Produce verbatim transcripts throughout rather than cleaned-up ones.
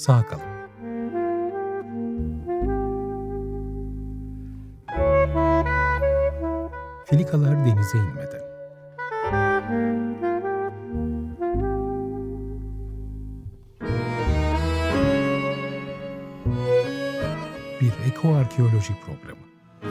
sağ kalın. Filikalar denize inmeden. Bir ekoarkeoloji programı.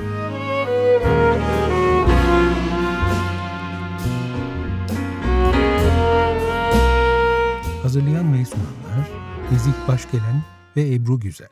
Hazırlayan ve sunanlar Nezih Başgelen ve Ebru Güzel.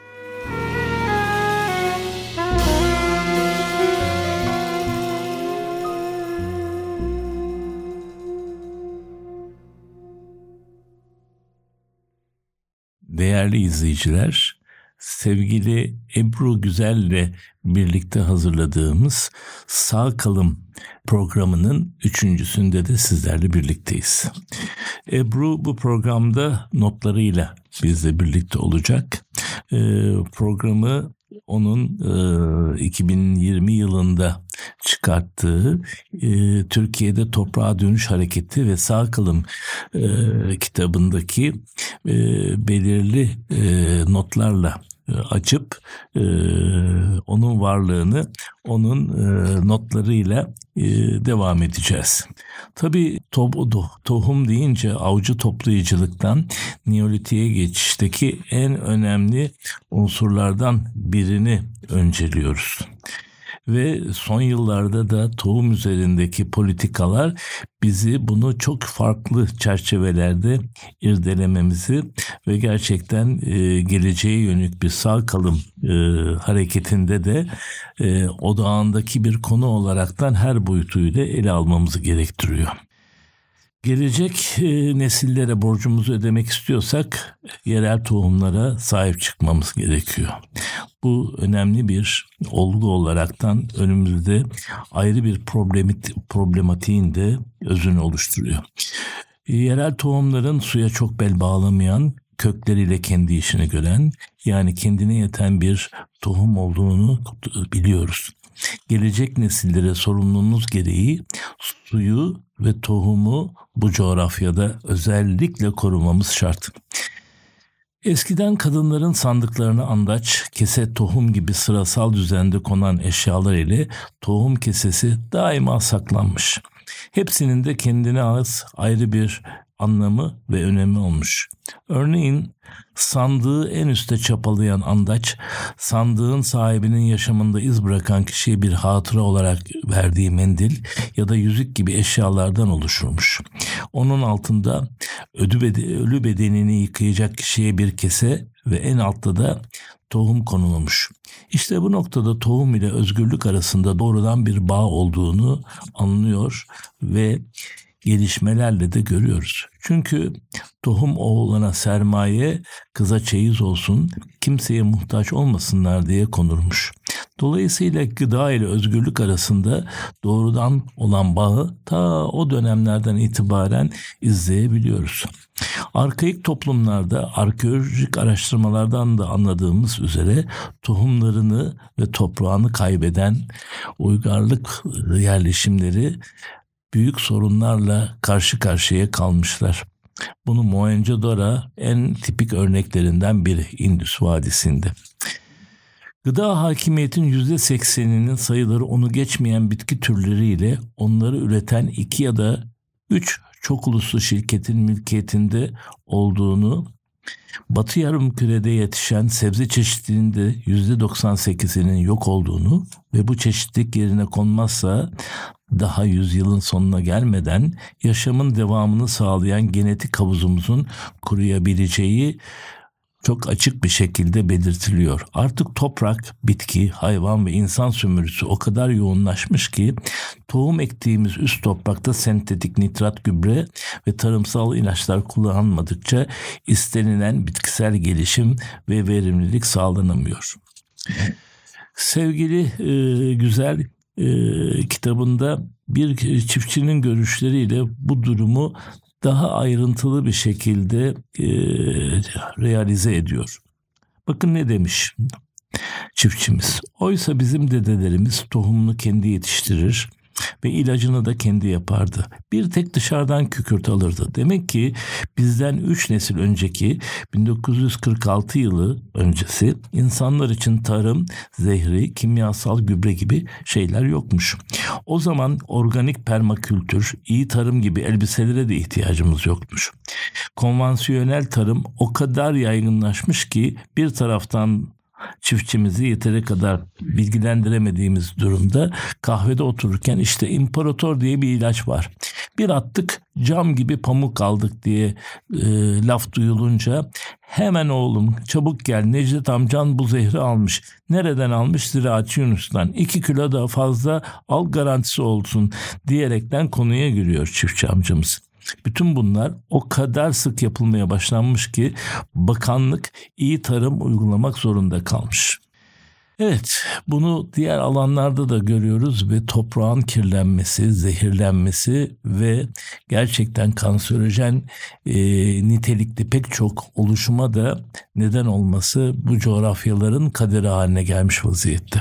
Değerli izleyiciler, sevgili Ebru Güzel'le birlikte hazırladığımız Sağ Kalım programının üçüncüsünde de sizlerle birlikteyiz. Ebru bu programda notlarıyla bizle birlikte olacak. Ee, programı onun e, iki bin yirmi yılında çıkarttığı e, Türkiye'de Toprağa Dönüş Hareketi ve Sağ Kalım e, kitabındaki e, belirli e, notlarla e, açıp e, onun varlığını onun e, notlarıyla e, devam edeceğiz. Tabii to- tohum deyince avcı toplayıcılıktan Neolitik'e geçişteki en önemli unsurlardan birini önceliyoruz. Ve son yıllarda da tohum üzerindeki politikalar bizi bunu çok farklı çerçevelerde irdelememizi ve gerçekten e, geleceğe yönelik bir sağ kalım e, hareketinde de e, odağındaki bir konu olaraktan her boyutuyla ele almamızı gerektiriyor. Gelecek e, nesillere borcumuzu ödemek istiyorsak yerel tohumlara sahip çıkmamız gerekiyor. Bu önemli bir olgu olaraktan önümüzde ayrı bir problematiğin de özünü oluşturuyor. Yerel tohumların suya çok bel bağlamayan, kökleriyle kendi işini gören, yani kendine yeten bir tohum olduğunu biliyoruz. Gelecek nesillere sorumluluğumuz gereği suyu ve tohumu bu coğrafyada özellikle korumamız şart. Eskiden kadınların sandıklarına andaç, kese, tohum gibi sırasal düzende konan eşyalar ile tohum kesesi daima saklanmış. Hepsinin de kendine has ayrı bir anlamı ve önemi olmuş. Örneğin sandığı en üste çapalayan andaç, sandığın sahibinin yaşamında iz bırakan kişiye bir hatıra olarak verdiği mendil ya da yüzük gibi eşyalardan oluşurmuş. Onun altında ölü bedenini yıkayacak kişiye bir kese ve en altta da tohum konulmuş. İşte bu noktada tohum ile özgürlük arasında doğrudan bir bağ olduğunu anlıyor ve gelişmelerle de görüyoruz. Çünkü tohum oğlana sermaye, kıza çeyiz olsun, kimseye muhtaç olmasınlar diye konurmuş. Dolayısıyla gıda ile özgürlük arasında doğrudan olan bağı ta o dönemlerden itibaren izleyebiliyoruz. Arkaik toplumlarda arkeolojik araştırmalardan da anladığımız üzere tohumlarını ve toprağını kaybeden uygarlık yerleşimleri büyük sorunlarla karşı karşıya kalmışlar. Bunu Mohenjo-daro en tipik örneklerinden biri Indus Vadisi'nde. Gıda hakimiyetin yüzde sekseninin sayıları onu geçmeyen bitki türleriyle onları üreten iki ya da üç çok uluslu şirketin mülkiyetinde olduğunu, Batı yarımkürede yetişen sebze çeşitliliğinin de yüzde doksan sekizinin yok olduğunu ve bu çeşitlilik yerine konmazsa daha yüzyılın sonuna gelmeden yaşamın devamını sağlayan genetik havuzumuzun kuruyabileceği çok açık bir şekilde belirtiliyor. Artık toprak, bitki, hayvan ve insan sömürüsü o kadar yoğunlaşmış ki tohum ektiğimiz üst toprakta sentetik nitrat gübre ve tarımsal ilaçlar kullanmadıkça istenilen bitkisel gelişim ve verimlilik sağlanamıyor. Sevgili e, güzel e, kitabında bir çiftçinin görüşleriyle bu durumu daha ayrıntılı bir şekilde e, realize ediyor. Bakın ne demiş çiftçimiz. Oysa bizim dedelerimiz tohumunu kendi yetiştirir, ve ilacını da kendi yapardı. Bir tek dışarıdan kükürt alırdı. Demek ki bizden üç nesil önceki bin dokuz yüz kırk altı yılı öncesi insanlar için tarım, zehri, kimyasal gübre gibi şeyler yokmuş. O zaman organik permakültür, iyi tarım gibi elbiselere de ihtiyacımız yokmuş. Konvansiyonel tarım o kadar yaygınlaşmış ki bir taraftan çiftçimizi yeteri kadar bilgilendiremediğimiz durumda kahvede otururken işte imparator diye bir ilaç var. Bir attık cam gibi pamuk aldık diye e, laf duyulunca hemen oğlum çabuk gel Necdet amcan bu zehri almış. Nereden almış? Ziraatçı Yunus'tan. İki kilo daha fazla al garantisi olsun diyerekten konuya giriyor çiftçi amcamız. Bütün bunlar o kadar sık yapılmaya başlanmış ki bakanlık iyi tarım uygulamak zorunda kalmış. Evet, bunu diğer alanlarda da görüyoruz ve toprağın kirlenmesi, zehirlenmesi ve gerçekten kanserojen e, nitelikli pek çok oluşuma da neden olması bu coğrafyaların kaderi haline gelmiş vaziyette.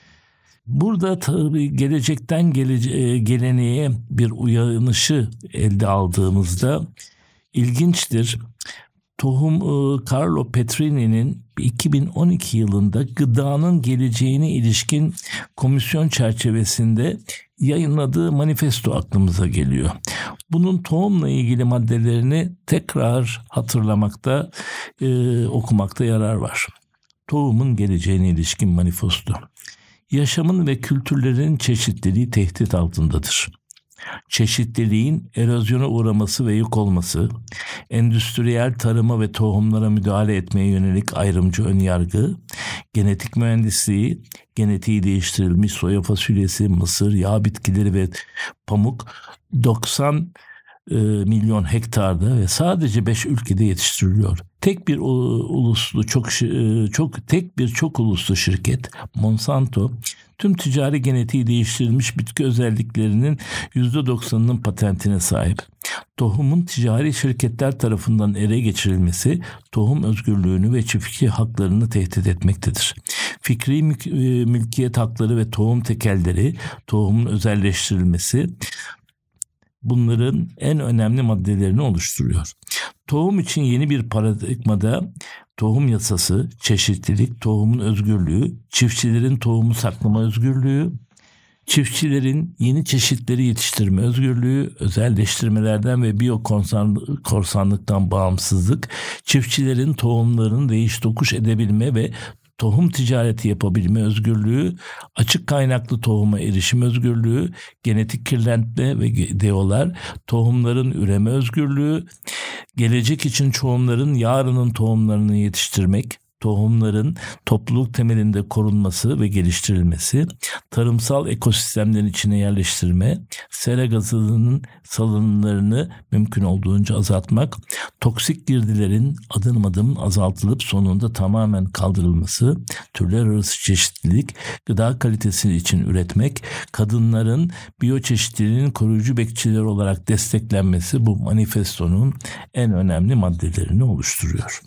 Burada tabii gelecekten gelece- geleneğe bir uyanışı elde aldığımızda ilginçtir. Tohum Carlo Petrini'nin iki bin on iki yılında gıdanın geleceğine ilişkin komisyon çerçevesinde yayınladığı manifesto aklımıza geliyor. Bunun tohumla ilgili maddelerini tekrar hatırlamakta, e, okumakta yarar var. Tohumun geleceğine ilişkin manifesto. Yaşamın ve kültürlerin çeşitliliği tehdit altındadır. Çeşitliliğin erozyona uğraması ve yok olması, endüstriyel tarıma ve tohumlara müdahale etmeye yönelik ayrımcı önyargı, genetik mühendisliği, genetiği değiştirilmiş soya fasulyesi, mısır, yağ bitkileri ve pamuk doksan e, milyon hektarda ve sadece beş ülkede yetiştiriliyor. Tek bir uluslu çok çok tek bir çok uluslu şirket Monsanto tüm ticari genetiği değiştirilmiş bitki özelliklerinin yüzde doksanının patentine sahip. Tohumun ticari şirketler tarafından ele geçirilmesi tohum özgürlüğünü ve çiftçi haklarını tehdit etmektedir. Fikri mülkiyet hakları ve tohum tekelleri, tohumun özelleştirilmesi bunların en önemli maddelerini oluşturuyor. Tohum için yeni bir paradigmada tohum yasası, çeşitlilik, tohumun özgürlüğü, çiftçilerin tohumu saklama özgürlüğü, çiftçilerin yeni çeşitleri yetiştirme özgürlüğü, özelleştirmelerden ve biyokorsanlıktan bağımsızlık, çiftçilerin tohumlarını değiş tokuş edebilme ve tohum ticareti yapabilme özgürlüğü, açık kaynaklı tohuma erişim özgürlüğü, genetik kirlenme ve deolar, tohumların üreme özgürlüğü, gelecek için tohumların yarının tohumlarını yetiştirmek, tohumların topluluk temelinde korunması ve geliştirilmesi, tarımsal ekosistemlerin içine yerleştirme, sera gazının salınımlarını mümkün olduğunca azaltmak, toksik girdilerin adım adım azaltılıp sonunda tamamen kaldırılması, türler arası çeşitlilik, gıda kalitesi için üretmek, kadınların biyoçeşitliliğinin koruyucu bekçileri olarak desteklenmesi bu manifestonun en önemli maddelerini oluşturuyor.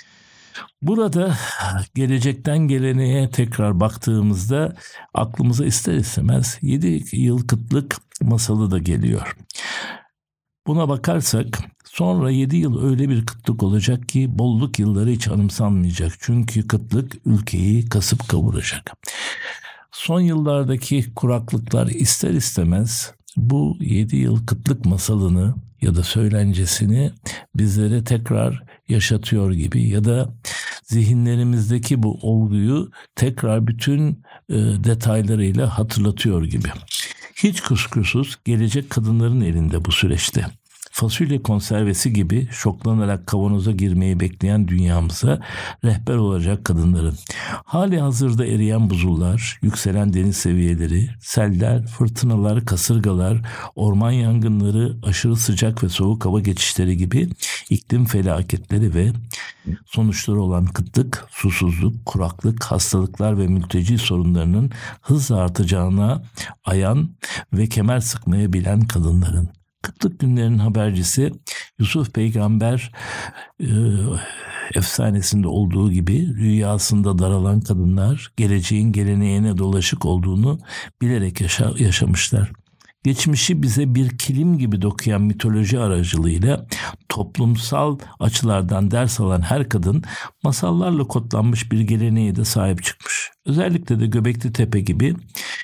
Burada gelecekten geleneğe tekrar baktığımızda aklımıza ister istemez yedi yıl kıtlık masalı da geliyor. Buna bakarsak sonra yedi yıl öyle bir kıtlık olacak ki bolluk yılları hiç anımsanmayacak. Çünkü kıtlık ülkeyi kasıp kavuracak. Son yıllardaki kuraklıklar ister istemez bu yedi yıl kıtlık masalını ya da söylencesini bizlere tekrar yaşatıyor gibi ya da zihinlerimizdeki bu olguyu tekrar bütün e, detaylarıyla hatırlatıyor gibi. Hiç kuşkusuz gelecek kadınların elinde bu süreçte. Fasulye konservesi gibi şoklanarak kavanoza girmeyi bekleyen dünyamıza rehber olacak kadınların. Hali hazırda eriyen buzullar, yükselen deniz seviyeleri, seller, fırtınalar, kasırgalar, orman yangınları, aşırı sıcak ve soğuk hava geçişleri gibi iklim felaketleri ve sonuçları olan kıtlık, susuzluk, kuraklık, hastalıklar ve mülteci sorunlarının hızla artacağına ayan ve kemer sıkmaya bilen kadınların. Kıtlık günlerinin habercisi Yusuf Peygamber e, efsanesinde olduğu gibi rüyasında daralan kadınlar geleceğin geleneğine dolaşık olduğunu bilerek yaşa, yaşamışlar. geçmişi bize bir kilim gibi dokuyan mitoloji aracılığıyla toplumsal açılardan ders alan her kadın masallarla kodlanmış bir geleneğe de sahip çıkmış. Özellikle de Göbekli Tepe gibi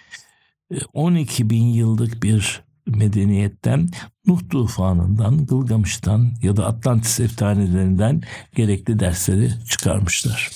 on iki bin yıllık bir medeniyetten, Nuh tufanından, Gılgamış'tan ya da Atlantis efsanelerinden gerekli dersleri çıkarmışlar.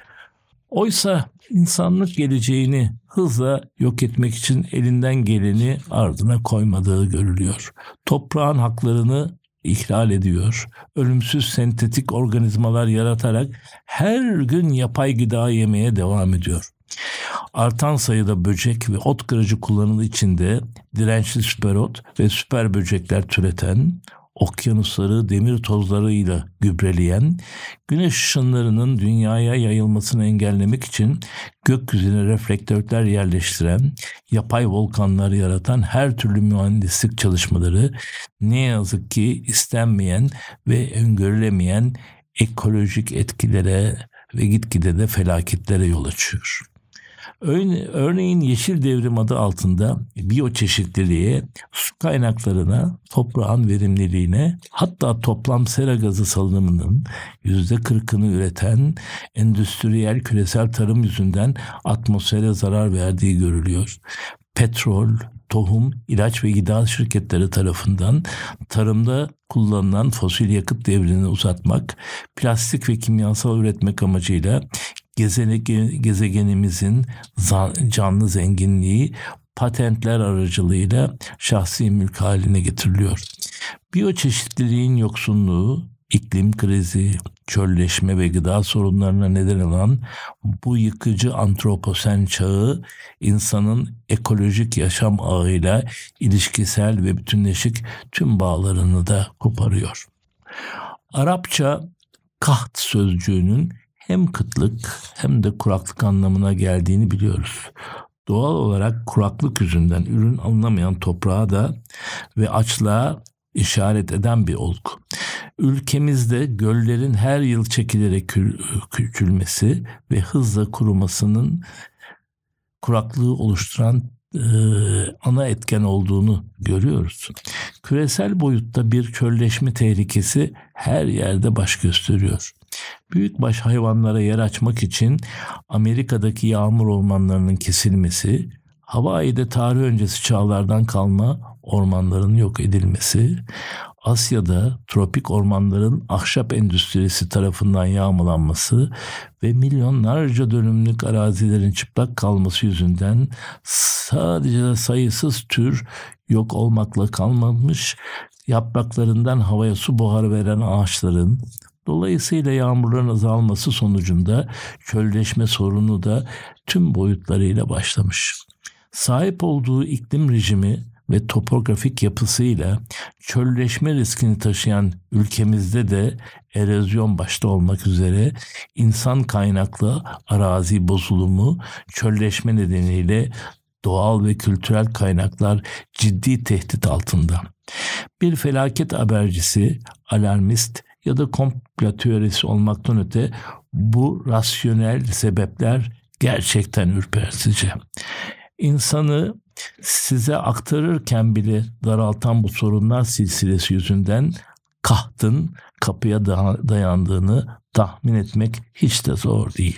Oysa insanlık geleceğini hızla yok etmek için elinden geleni ardına koymadığı görülüyor. Toprağın haklarını ihlal ediyor. Ölümsüz sentetik organizmalar yaratarak her gün yapay gıda yemeye devam ediyor. Artan sayıda böcek ve ot kırıcı kullanımı içinde dirençli süperot ve süper böcekler türeten, okyanusları demir tozlarıyla gübreleyen, güneş ışınlarının dünyaya yayılmasını engellemek için gökyüzüne reflektörler yerleştiren, yapay volkanlar yaratan her türlü mühendislik çalışmaları ne yazık ki istenmeyen ve öngörülemeyen ekolojik etkilere ve gitgide de felaketlere yol açıyor. Örneğin Yeşil Devrim adı altında biyoçeşitliliğe, su kaynaklarına, toprağın verimliliğine, hatta toplam sera gazı salınımının yüzde kırkını üreten endüstriyel küresel tarım yüzünden atmosfere zarar verdiği görülüyor. Petrol, tohum, ilaç ve gıda şirketleri tarafından tarımda kullanılan fosil yakıt devrini uzatmak, plastik ve kimyasal üretmek amacıyla gezegenimizin canlı zenginliği patentler aracılığıyla şahsi mülk haline getiriliyor. Biyoçeşitliliğin yoksunluğu, iklim krizi, çölleşme ve gıda sorunlarına neden olan bu yıkıcı antroposen çağı insanın ekolojik yaşam ağıyla ilişkisel ve bütünleşik tüm bağlarını da koparıyor. Arapça kaht sözcüğünün hem kıtlık hem de kuraklık anlamına geldiğini biliyoruz. Doğal olarak kuraklık yüzünden ürün alınamayan toprağa da ve açlığa işaret eden bir olgu. Ülkemizde göllerin her yıl çekilerek küçülmesi ve hızla kurumasının kuraklığı oluşturan e, ana etken olduğunu görüyoruz. Küresel boyutta bir çölleşme tehlikesi her yerde baş gösteriyor. Büyükbaş hayvanlara yer açmak için Amerika'daki yağmur ormanlarının kesilmesi, Hawaii'de tarih öncesi çağlardan kalma ormanların yok edilmesi, Asya'da tropik ormanların ahşap endüstrisi tarafından yağmalanması ve milyonlarca dönümlük arazilerin çıplak kalması yüzünden sadece sayısız tür yok olmakla kalmamış, yapraklarından havaya su buharı veren ağaçların, dolayısıyla yağmurların azalması sonucunda çölleşme sorunu da tüm boyutlarıyla başlamış. Sahip olduğu iklim rejimi ve topografik yapısıyla çölleşme riskini taşıyan ülkemizde de erozyon başta olmak üzere insan kaynaklı arazi bozulumu, çölleşme nedeniyle doğal ve kültürel kaynaklar ciddi tehdit altında. Bir felaket habercisi, alarmist ya da komplo teorisi olmaktan öte bu rasyonel sebepler gerçekten ürpertici. İnsanı size aktarırken bile daraltan bu sorunlar silsilesi yüzünden kahtın kapıya dayandığını tahmin etmek hiç de zor değil.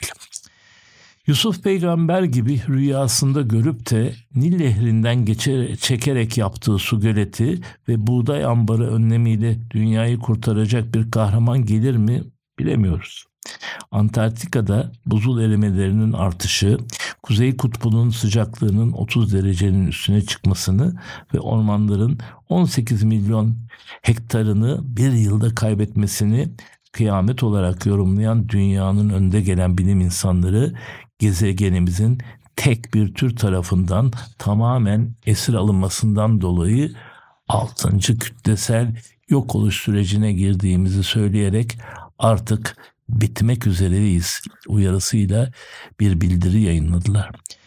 Yusuf Peygamber gibi rüyasında görüp de Nil Nehri'nden geçer, çekerek yaptığı su göleti ve buğday ambarı önlemiyle dünyayı kurtaracak bir kahraman gelir mi bilemiyoruz. Antarktika'da buzul erimelerinin artışı, Kuzey Kutbu'nun sıcaklığının otuz derecenin üstüne çıkmasını ve ormanların on sekiz milyon hektarını bir yılda kaybetmesini kıyamet olarak yorumlayan dünyanın önde gelen bilim insanları gezegenimizin tek bir tür tarafından tamamen esir alınmasından dolayı altıncı kütlesel yok oluş sürecine girdiğimizi söyleyerek artık bitmek üzereyiz uyarısıyla bir bildiri yayınladılar.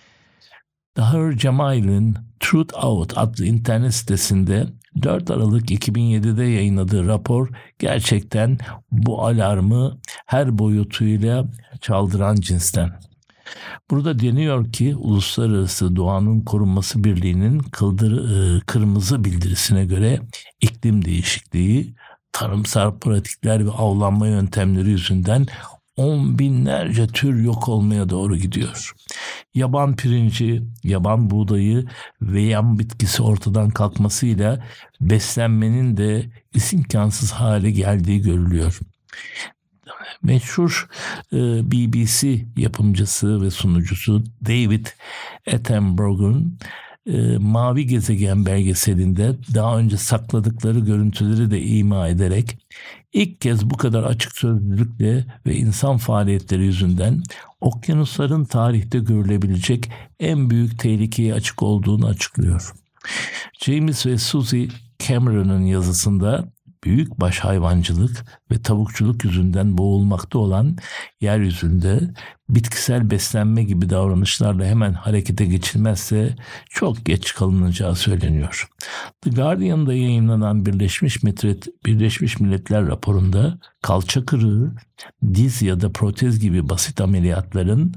Dahar Cemal'in Truth Out adlı internet sitesinde dört Aralık iki bin yedide yayınladığı rapor gerçekten bu alarmı her boyutuyla çaldıran cinsten. Burada deniyor ki Uluslararası Doğanın Korunması Birliği'nin kıldır, kırmızı bildirisine göre iklim değişikliği, tarımsal pratikler ve avlanma yöntemleri yüzünden on binlerce tür yok olmaya doğru gidiyor. Yaban pirinci, yaban buğdayı ve yam bitkisi ortadan kalkmasıyla beslenmenin de imkansız hale geldiği görülüyor. Meşhur e, B B C yapımcısı ve sunucusu David Attenborough'un e, Mavi Gezegen belgeselinde daha önce sakladıkları görüntüleri de ima ederek ilk kez bu kadar açık sözlülükle ve insan faaliyetleri yüzünden okyanusların tarihte görülebilecek en büyük tehlikeye açık olduğunu açıklıyor. James ve Susie Cameron'ın yazısında büyükbaş hayvancılık ve tavukçuluk yüzünden boğulmakta olan yeryüzünde bitkisel beslenme gibi davranışlarla hemen harekete geçilmezse çok geç kalınacağı söyleniyor. The Guardian'da yayınlanan Birleşmiş, Millet, Birleşmiş Milletler raporunda kalça kırığı, diz ya da protez gibi basit ameliyatların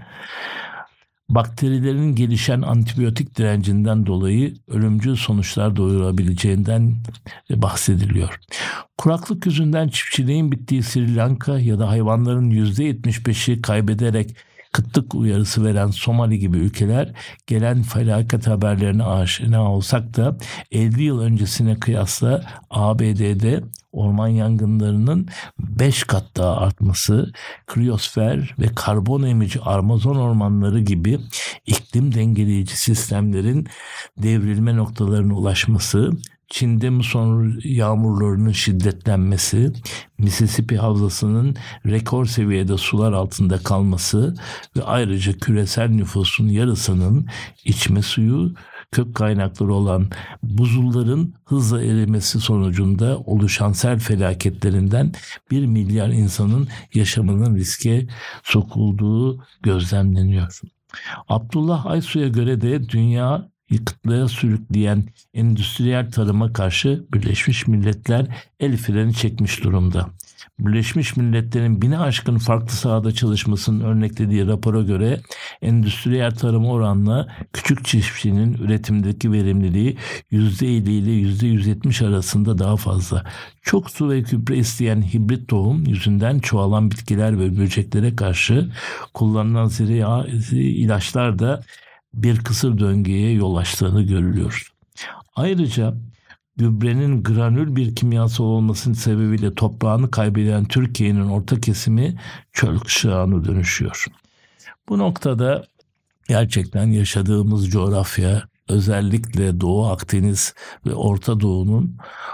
bakterilerin gelişen antibiyotik direncinden dolayı ölümcül sonuçlar doğurabileceğinden bahsediliyor. Kuraklık yüzünden çiftçiliğin bittiği Sri Lanka ya da hayvanların yüzde yetmiş beşi kaybederek kıtlık uyarısı veren Somali gibi ülkeler gelen felaket haberlerine aşina olsak da elli yıl öncesine kıyasla A B D'de orman yangınlarının beş kat daha artması, kriyosfer ve karbon emici Amazon ormanları gibi iklim dengeleyici sistemlerin devrilme noktalarına ulaşması, Çin'de muson yağmurlarının şiddetlenmesi, Mississippi havzasının rekor seviyede sular altında kalması ve ayrıca küresel nüfusun yarısının içme suyu, kök kaynakları olan buzulların hızla erimesi sonucunda oluşan sel felaketlerinden bir milyar insanın yaşamının riske sokulduğu gözlemleniyor. Abdullah Aysu'ya göre de dünya kıtlığa sürükleyen endüstriyel tarıma karşı Birleşmiş Milletler el freni çekmiş durumda. Birleşmiş Milletler'in bine aşkın farklı sahada çalışmasının örneklediği rapora göre endüstriyel tarıma oranla küçük çiftçinin üretimdeki verimliliği yüzde elli ile yüzde yüz yetmiş arasında daha fazla. Çok su ve gübre isteyen hibrit tohum yüzünden çoğalan bitkiler ve böceklere karşı kullanılan zira ilaçlar da bir kısır döngüye yol açtığını görülüyor. Ayrıca gübrenin granül bir kimyasal olmasının sebebiyle toprağını kaybeden Türkiye'nin orta kesimi çöl kışağına dönüşüyor. Bu noktada gerçekten yaşadığımız coğrafya, özellikle Doğu Akdeniz ve Orta Doğu'nun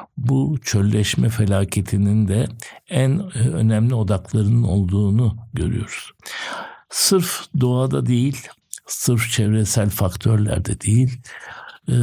bu çölleşme felaketinin de en önemli odaklarının olduğunu görüyoruz. Sırf doğada değil, sırf çevresel faktörlerde değil, e,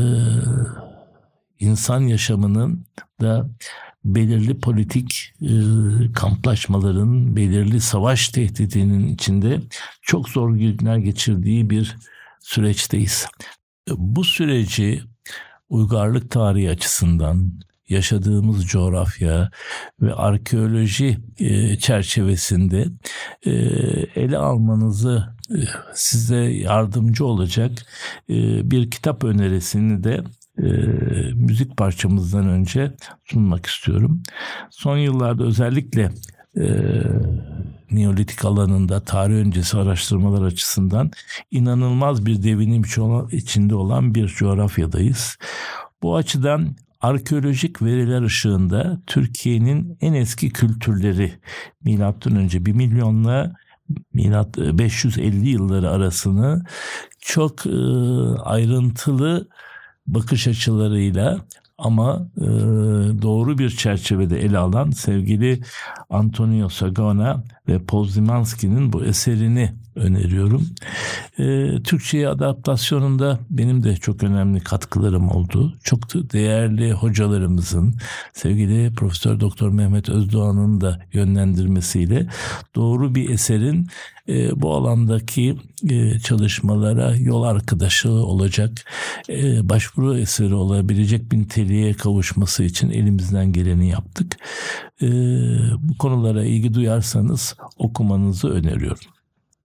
insan yaşamının da belirli politik e, kamplaşmaların, belirli savaş tehdidinin içinde çok zor günler geçirdiği bir süreçteyiz. Bu süreci uygarlık tarihi açısından, yaşadığımız coğrafya ve arkeoloji e, çerçevesinde e, ele almanızı e, size yardımcı olacak e, bir kitap önerisini de e, müzik parçamızdan önce sunmak istiyorum. Son yıllarda özellikle e, Neolitik alanında tarih öncesi araştırmalar açısından inanılmaz bir devinim içinde olan bir coğrafyadayız. Bu açıdan arkeolojik veriler ışığında Türkiye'nin en eski kültürleri milattan önce bir milyonla milat beş yüz elli yılları arasını çok e, ayrıntılı bakış açılarıyla ama e, doğru bir çerçevede ele alan sevgili Antonio Sagona ve Pozdimanski'nin bu eserini öneriyorum. E, Türkçe'ye adaptasyonunda benim de çok önemli katkılarım oldu. Çok değerli hocalarımızın, sevgili Profesör Doktor Mehmet Özdoğan'ın da yönlendirmesiyle doğru bir eserin e, bu alandaki e, çalışmalara yol arkadaşı olacak, e, başvuru eseri olabilecek bir niteliğe kavuşması için elimizden geleni yaptık. E, bu konulara ilgi duyarsanız okumanızı öneriyorum.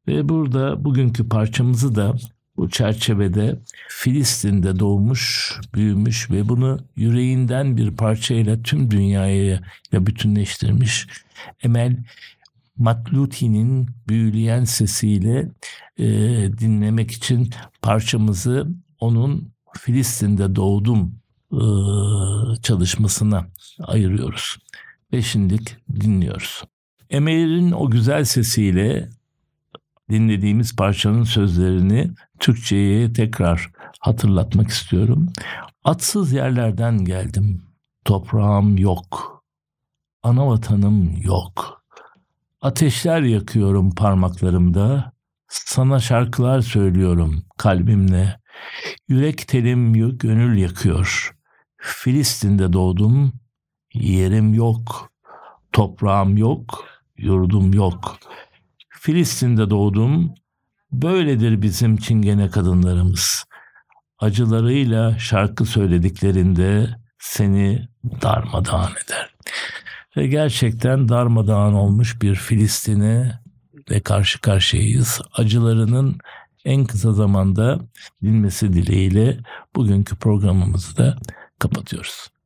Ve burada bugünkü parçamızı da bu çerçevede Filistin'de doğmuş, büyümüş ve bunu yüreğinden bir parçayla tüm dünyaya bütünleştirmiş Emel Matluti'nin büyüleyen sesiyle e, dinlemek için parçamızı onun Filistin'de doğdum e, çalışmasına ayırıyoruz. Ve şimdilik dinliyoruz. Emel'in o güzel sesiyle dinlediğimiz parçanın sözlerini Türkçe'ye tekrar hatırlatmak istiyorum. Atsız yerlerden geldim, toprağım yok, ana vatanım yok. Ateşler yakıyorum parmaklarımda, sana şarkılar söylüyorum kalbimle. Yürek telim gönül yakıyor. Filistin'de doğdum, yerim yok, toprağım yok, yurdum yok. Filistin'de doğdum, böyledir bizim Çingene kadınlarımız. Acılarıyla şarkı söylediklerinde seni darmadağın eder. Ve gerçekten darmadağın olmuş bir Filistin'e ve karşı karşıyayız. Acılarının en kısa zamanda dinmesi dileğiyle bugünkü programımızı da kapatıyoruz.